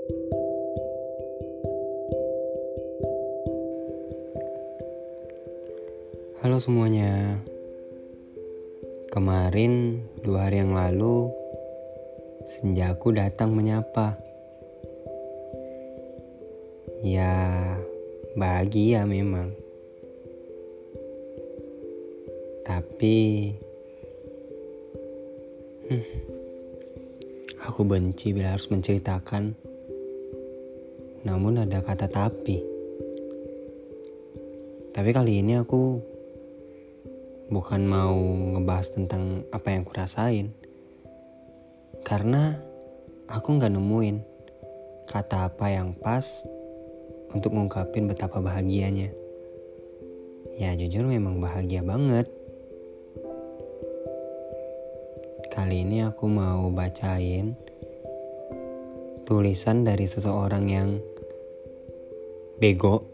Halo semuanya. Kemarin 2 hari yang lalu senjaku datang menyapa. Ya, bahagia memang. Tapi aku benci bila harus menceritakan. Namun ada kata tapi. Tapi kali ini aku bukan mau ngebahas tentang apa yang kurasain. Karena aku gak nemuin kata apa yang pas untuk ngungkapin betapa bahagianya. Ya jujur memang bahagia banget. Kali ini aku mau bacain tulisan dari seseorang yang bego,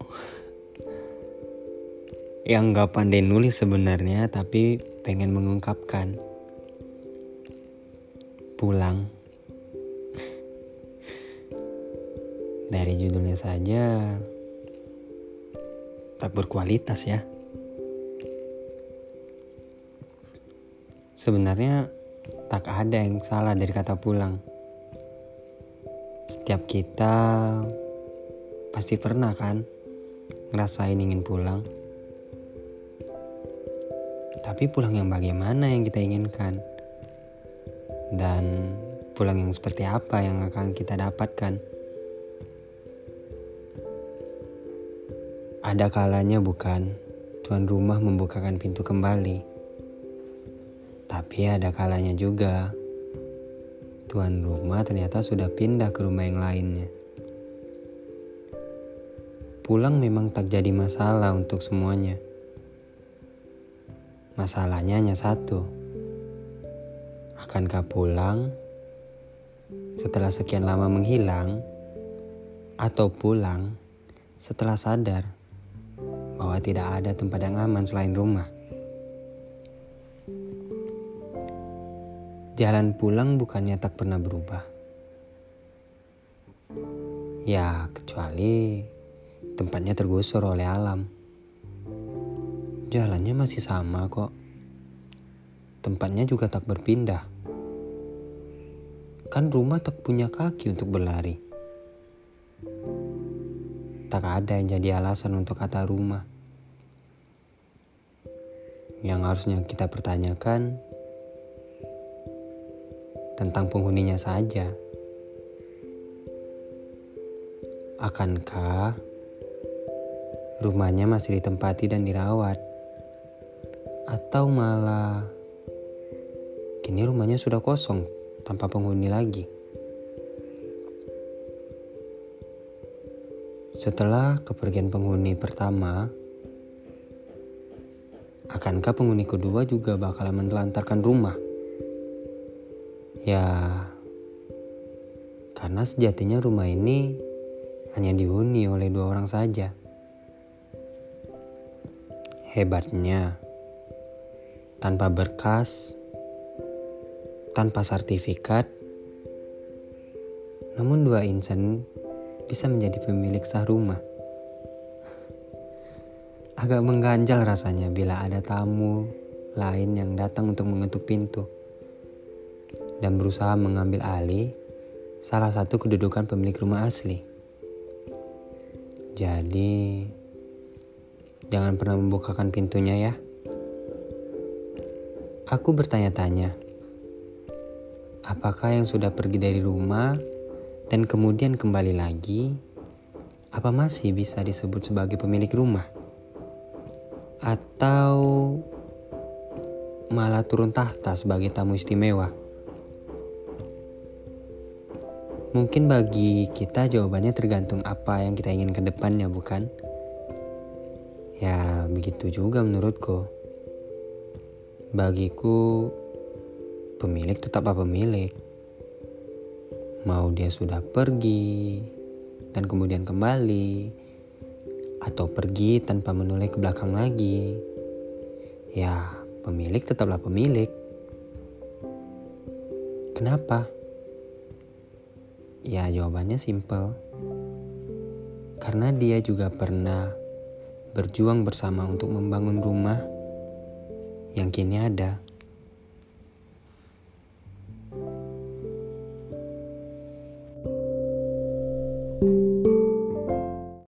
yang gak pandai nulis sebenarnya, tapi pengen mengungkapkan. Pulang. Dari judulnya saja tak berkualitas ya. Sebenarnya tak ada yang salah dari kata pulang. Setiap kita pasti pernah kan ngerasain ingin pulang. Tapi pulang yang bagaimana yang kita inginkan? Dan pulang yang seperti apa yang akan kita dapatkan? Ada kalanya bukan tuan rumah membukakan pintu kembali. Tapi ada kalanya juga tuan rumah ternyata sudah pindah ke rumah yang lainnya. Pulang memang tak jadi masalah untuk semuanya. Masalahnya hanya satu. Akankah pulang setelah sekian lama menghilang, atau pulang setelah sadar bahwa tidak ada tempat yang aman selain rumah? Jalan pulang bukannya tak pernah berubah. Ya, kecuali tempatnya tergusur oleh alam. Jalannya masih sama kok. Tempatnya juga tak berpindah. Kan rumah tak punya kaki untuk berlari. Tak ada yang jadi alasan untuk kata rumah. Yang harusnya kita pertanyakan tentang penghuninya saja. Akankah rumahnya masih ditempati dan dirawat? Atau malah kini rumahnya sudah kosong tanpa penghuni lagi? Setelah kepergian penghuni pertama, akankah penghuni kedua juga bakalan menelantarkan rumah? Ya, karena sejatinya rumah ini hanya dihuni oleh 2 orang saja. Hebatnya, tanpa berkas, tanpa sertifikat, namun 2 insan bisa menjadi pemilik sah rumah. Agak mengganjal rasanya bila ada tamu lain yang datang untuk mengetuk pintu dan berusaha mengambil alih salah satu kedudukan pemilik rumah asli. Jadi, jangan pernah membukakan pintunya ya. Aku bertanya-tanya, apakah yang sudah pergi dari rumah dan kemudian kembali lagi, apa masih bisa disebut sebagai pemilik rumah? Atau malah turun tahta sebagai tamu istimewa? Mungkin bagi kita jawabannya tergantung apa yang kita ingin ke depannya, bukan? Ya, begitu juga menurutku. Bagiku, pemilik tetap pemilik. Mau dia sudah pergi dan kemudian kembali, atau pergi tanpa menoleh ke belakang lagi, ya pemilik tetaplah pemilik. Kenapa? Ya, jawabannya simpel. Karena dia juga pernah berjuang bersama untuk membangun rumah yang kini ada. Thank you.